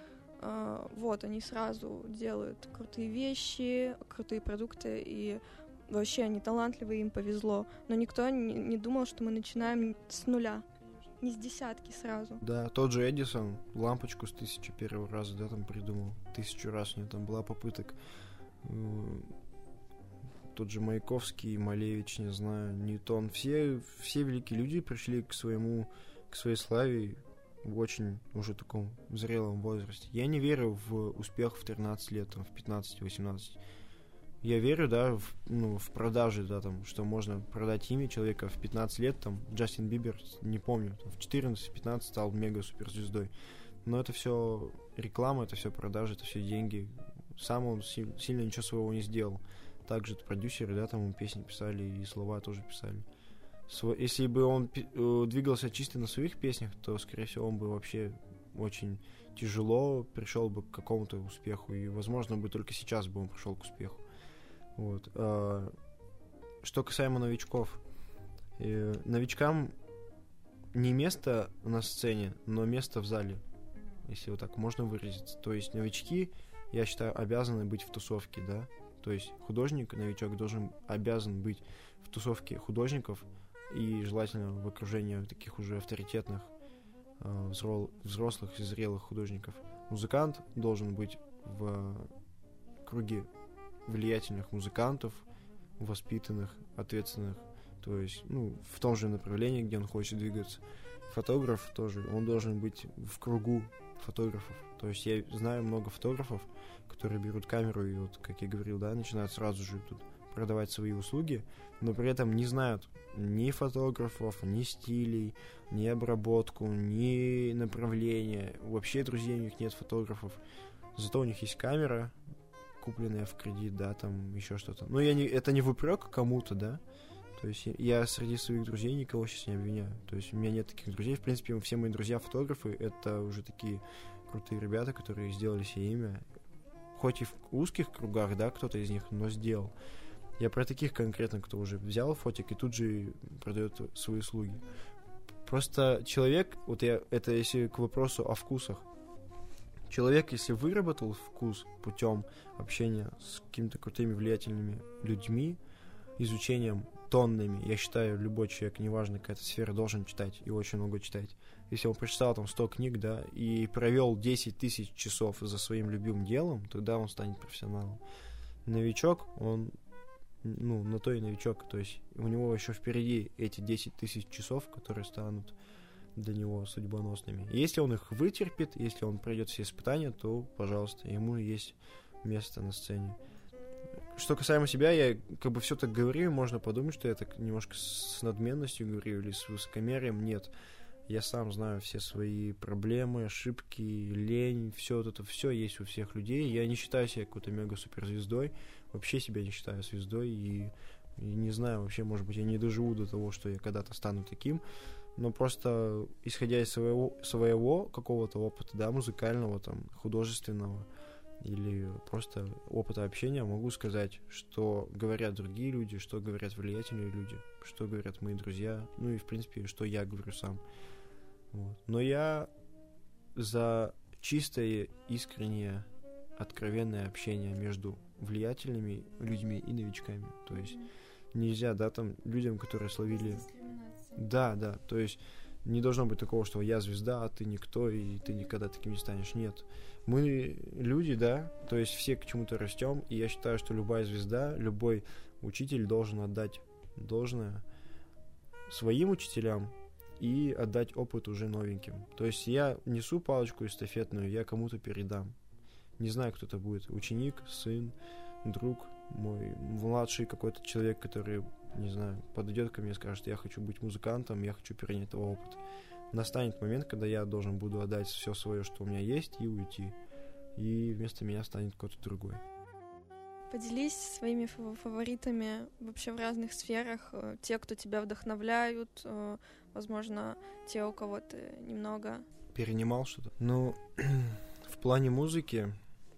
они сразу делают крутые вещи, крутые продукты, и вообще они талантливые, им повезло. Но никто не думал, что мы начинаем с нуля, не с десятки сразу. Да, тот же Эдисон лампочку с 1001 раза, да, там придумал. 1000 раз у него там была попыток. Тот же Маяковский, Малевич, не знаю, Ньютон. Все великие люди пришли к своей славе в очень уже таком зрелом возрасте. Я не верю в успех в 13 лет, там, в 15-18. Я верю, да, в продажи, да, там, что можно продать имя человека в 15 лет, там, Джастин Бибер, не помню, там, в 14-15 стал мега-суперзвездой. Но это все реклама, это все продажи, это все деньги. Сам он сильно ничего своего не сделал. Также продюсеры, да, там ему песни писали и слова тоже писали. Если бы он двигался чисто на своих песнях, то, скорее всего, он бы вообще очень тяжело пришел бы к какому-то успеху. И, возможно, бы только сейчас бы он пришел к успеху. Вот. Что касаемо новичков. Новичкам не место на сцене, но место в зале, если вот так можно выразиться. То есть новички, я считаю, обязаны быть в тусовке, да. То есть художник, новичок обязан быть в тусовке художников и желательно в окружении таких уже авторитетных, взрослых и зрелых художников. Музыкант должен быть в круге влиятельных музыкантов, воспитанных, ответственных, то есть, в том же направлении, где он хочет двигаться. Фотограф тоже, он должен быть в кругу фотографов. То есть я знаю много фотографов, которые берут камеру и, вот, как я говорил, да, начинают сразу же тут продавать свои услуги, но при этом не знают ни фотографов, ни стилей, ни обработку, ни направления. Вообще, друзей, у них нет фотографов. Зато у них есть камера, купленная в кредит, да, там еще что-то. Но это не в упрек кому-то, да. То есть я среди своих друзей никого сейчас не обвиняю. То есть у меня нет таких друзей. В принципе, все мои друзья-фотографы — это уже такие крутые ребята, которые сделали себе имя. Хоть и в узких кругах, да, кто-то из них, но сделал. Я про таких конкретно, кто уже взял фотик и тут же продает свои услуги. Просто человек, это если к вопросу о вкусах. Человек, если выработал вкус путем общения с какими-то крутыми влиятельными людьми, изучением тоннами, я считаю, любой человек, неважно какая-то сфера, должен читать и очень много читать. Если он прочитал там 100 книг, да, и провел 10 тысяч часов за своим любимым делом, тогда он станет профессионалом. Новичок, он, на то и новичок, то есть у него еще впереди эти 10 тысяч часов, которые станут для него судьбоносными. Если он их вытерпит, если он пройдет все испытания, то, пожалуйста, ему есть место на сцене. Что касаемо себя, я все так говорю, можно подумать, что я так немножко с надменностью говорю или с высокомерием. Нет. Я сам знаю все свои проблемы, ошибки, лень, все вот это, все есть у всех людей. Я не считаю себя какой-то мега-суперзвездой, вообще себя не считаю звездой, и не знаю, вообще, может быть, я не доживу до того, что я когда-то стану таким, но просто исходя из своего какого-то опыта, да, музыкального, там, художественного, или просто опыта общения, могу сказать, что говорят другие люди, что говорят влиятельные люди, что говорят мои друзья, ну и, в принципе, что я говорю сам. Вот. Но я за чистое, искреннее, откровенное общение между влиятельными людьми и новичками. То есть нельзя, да, там, людям, которые словили... Да, то есть не должно быть такого, что я звезда, а ты никто, и ты никогда таким не станешь. Нет. Мы люди, да, то есть все к чему-то растем, и я считаю, что любая звезда, любой учитель должен отдать должное своим учителям и отдать опыт уже новеньким. То есть я несу палочку эстафетную, я кому-то передам. Не знаю, кто это будет. Ученик, сын, друг, мой младший какой-то человек, который, не знаю, подойдет ко мне и скажет, я хочу быть музыкантом, я хочу перенять его опыт. Настанет момент, когда я должен буду отдать все свое, что у меня есть, и уйти. И вместо меня станет кто-то другой. Поделись своими фаворитами вообще в разных сферах. Те, кто тебя вдохновляют, возможно, те, у кого ты немного... Перенимал что-то? Ну, в плане музыки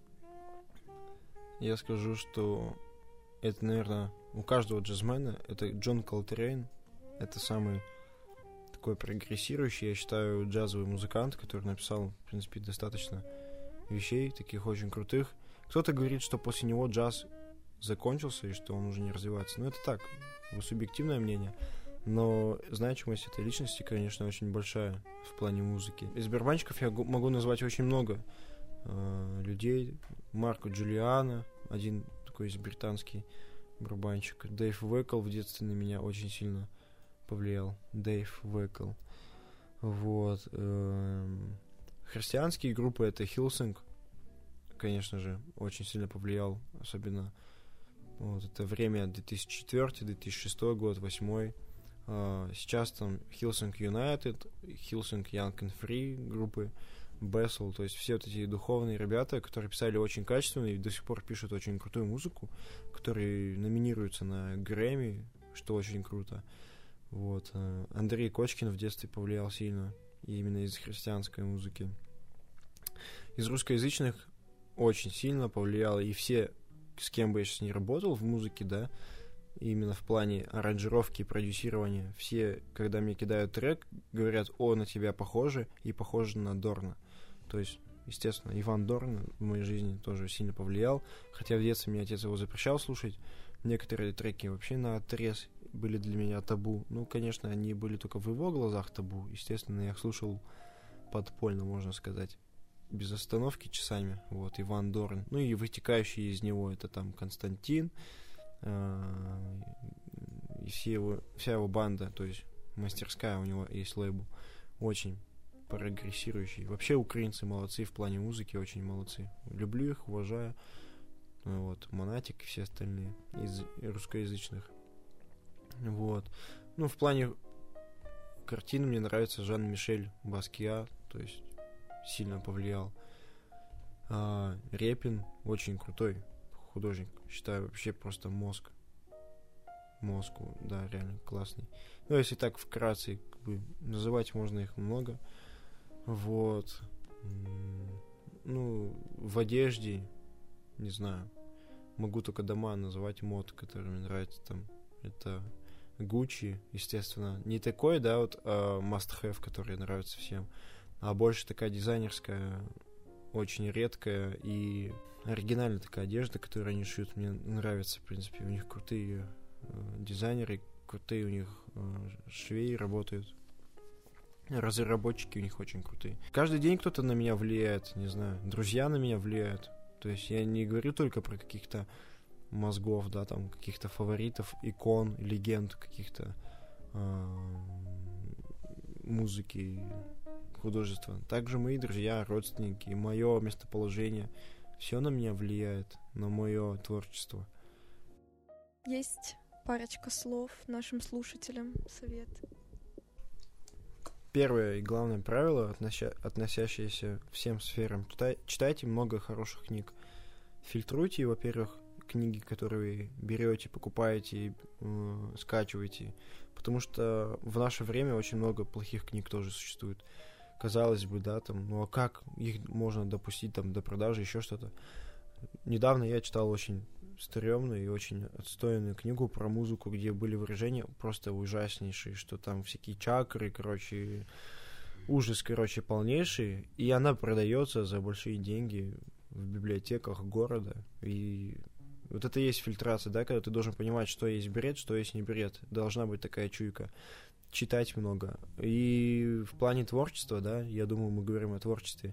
я скажу, что это, наверное, у каждого джазмена, это Джон Колтрейн, это самый такой прогрессирующий, я считаю, джазовый музыкант, который написал, в принципе, достаточно вещей, таких очень крутых. Кто-то говорит, что после него джаз закончился и что он уже не развивается. Но это так, субъективное мнение. Но значимость этой личности, конечно, очень большая в плане музыки. Из барабанщиков я могу назвать очень много людей. Марко Джулиано, один такой британский барабанщик. Дэйв Векл в детстве на меня очень сильно повлиял. Дэйв Векл. Вот. Христианские группы — это Hillsong, конечно же, очень сильно повлиял. Особенно вот это время 2004-2006 год, 2008. Сейчас там Hillsong United, Hillsong Young and Free группы, Bessel, то есть все вот эти духовные ребята, которые писали очень качественно и до сих пор пишут очень крутую музыку, которые номинируются на Грэмми, что очень круто. Вот. Андрей Кочкин в детстве повлиял сильно, и именно из христианской музыки. Из русскоязычных очень сильно повлияло, и все, с кем бы я сейчас не работал в музыке, да, именно в плане аранжировки и продюсирования, все, когда мне кидают трек, говорят, о, на тебя похоже, и похоже на Дорна. То есть, естественно, Иван Дорн в моей жизни тоже сильно повлиял, хотя в детстве мне отец его запрещал слушать. Некоторые треки вообще наотрез были для меня табу. Ну, конечно, они были только в его глазах табу. Естественно, я их слушал подпольно, можно сказать, без остановки часами. Вот, Иван Дорн. Ну и вытекающие из него это там Константин, и вся его банда, то есть мастерская у него есть лейбл, очень прогрессирующий. Вообще украинцы молодцы в плане музыки, очень молодцы. Люблю их, уважаю. Вот, Монатик и все остальные из русскоязычных. Вот. Ну, в плане картин мне нравится Жан-Мишель Баскиа, то есть сильно повлиял. Репин очень крутой художник, считаю, вообще просто мозг, да, реально классный. Ну, если так вкратце, как бы, называть можно их много. Вот. Ну, в одежде, не знаю, могу только дома называть мод, который мне нравится там. Это Gucci, естественно. Не такой, да, вот must-have, который нравится всем, а больше такая дизайнерская, очень редкая и оригинальная такая одежда, которую они шьют. Мне нравится, в принципе. У них крутые дизайнеры, крутые у них швеи работают. Разработчики у них очень крутые. Каждый день кто-то на меня влияет, не знаю, друзья на меня влияют. То есть я не говорю только про каких-то мозгов, да, там, каких-то фаворитов, икон, легенд каких-то музыки, художества. Также мои друзья, родственники, мое местоположение, все на меня влияет, на мое творчество. Есть парочка слов нашим слушателям, совет. первое и главное правило, относящееся к всем сферам. Читайте много хороших книг. Фильтруйте, во-первых, книги, которые вы берете, покупаете, скачиваете. Потому что в наше время очень много плохих книг тоже существует. Казалось бы, да, там, ну а как их можно допустить там до продажи, еще что-то. Недавно я читал очень стрёмную и очень отстойную книгу про музыку, где были выражения просто ужаснейшие, что там всякие чакры, короче, ужас, короче, полнейший, и она продается за большие деньги в библиотеках города, и вот это и есть фильтрация, да, когда ты должен понимать, что есть бред, что есть не бред, должна быть такая чуйка, читать много, и в плане творчества, да, я думаю, мы говорим о творчестве,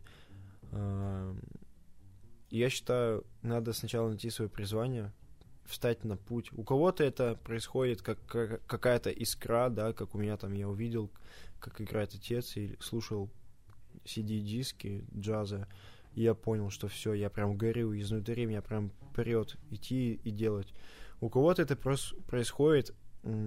я считаю, надо сначала найти свое призвание, встать на путь. У кого-то это происходит как какая-то искра, да, как у меня там я увидел, как играет отец, и слушал CD-диски джаза, и я понял, что все, я прям горю изнутри, меня прям прет идти и делать. У кого-то это происходит,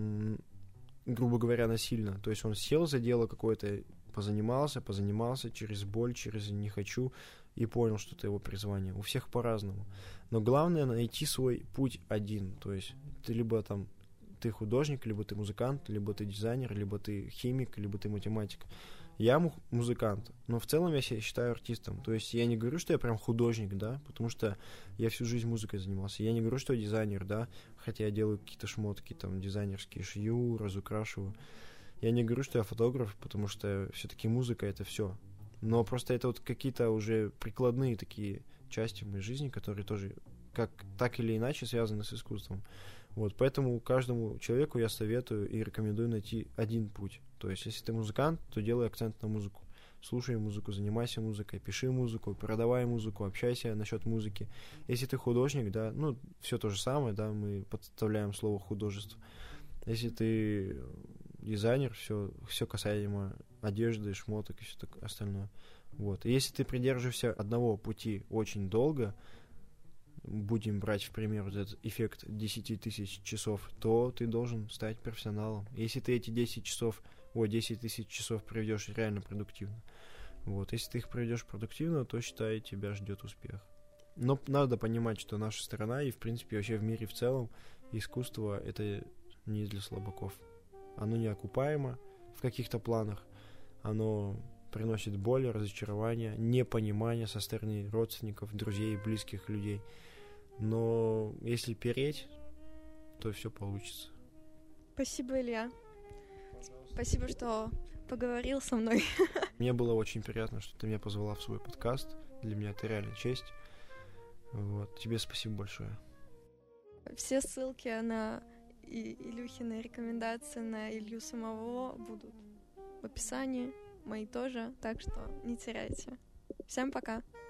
грубо говоря, насильно. То есть он сел за дело какое-то, позанимался через боль, через «не хочу», и понял, что это его призвание. У всех по-разному. Но главное найти свой путь один. То есть ты либо там ты художник, либо ты музыкант, либо ты дизайнер, либо ты химик, либо ты математик. Я музыкант, но в целом я себя считаю артистом. То есть я не говорю, что я прям художник, да, потому что я всю жизнь музыкой занимался. Я не говорю, что я дизайнер, да, хотя я делаю какие-то шмотки там дизайнерские, шью, разукрашиваю. Я не говорю, что я фотограф, потому что все-таки музыка — это все. Но просто это вот какие-то уже прикладные такие части в моей жизни, которые тоже как так или иначе связаны с искусством. Вот, поэтому каждому человеку я советую и рекомендую найти один путь. То есть, если ты музыкант, то делай акцент на музыку. Слушай музыку, занимайся музыкой, пиши музыку, продавай музыку, общайся насчет музыки. Если ты художник, да, ну, все то же самое, да, мы подставляем слово художество. Если ты дизайнер, все касаемо одежды, шмоток и все так остальное. Вот. И если ты придерживаешься одного пути очень долго, будем брать в пример вот этот эффект 10 тысяч часов, то ты должен стать профессионалом. Если ты эти 10 тысяч часов проведешь реально продуктивно. Вот. Если ты их проведешь продуктивно, то, считай, тебя ждет успех. Но надо понимать, что наша страна и, в принципе, вообще в мире в целом искусство — это не для слабаков. Оно неокупаемо в каких-то планах. Оно приносит боль, разочарование, непонимание со стороны родственников, друзей, близких людей. Но если переть, то все получится. Спасибо, Илья. Спасибо, что поговорил со мной. Мне было очень приятно, что ты меня позвала в свой подкаст. Для меня это реально честь. Вот. Тебе спасибо большое. Все ссылки на Илюхины рекомендации на Илью самого будут в описании. Мои тоже, так что не теряйте. Всем пока!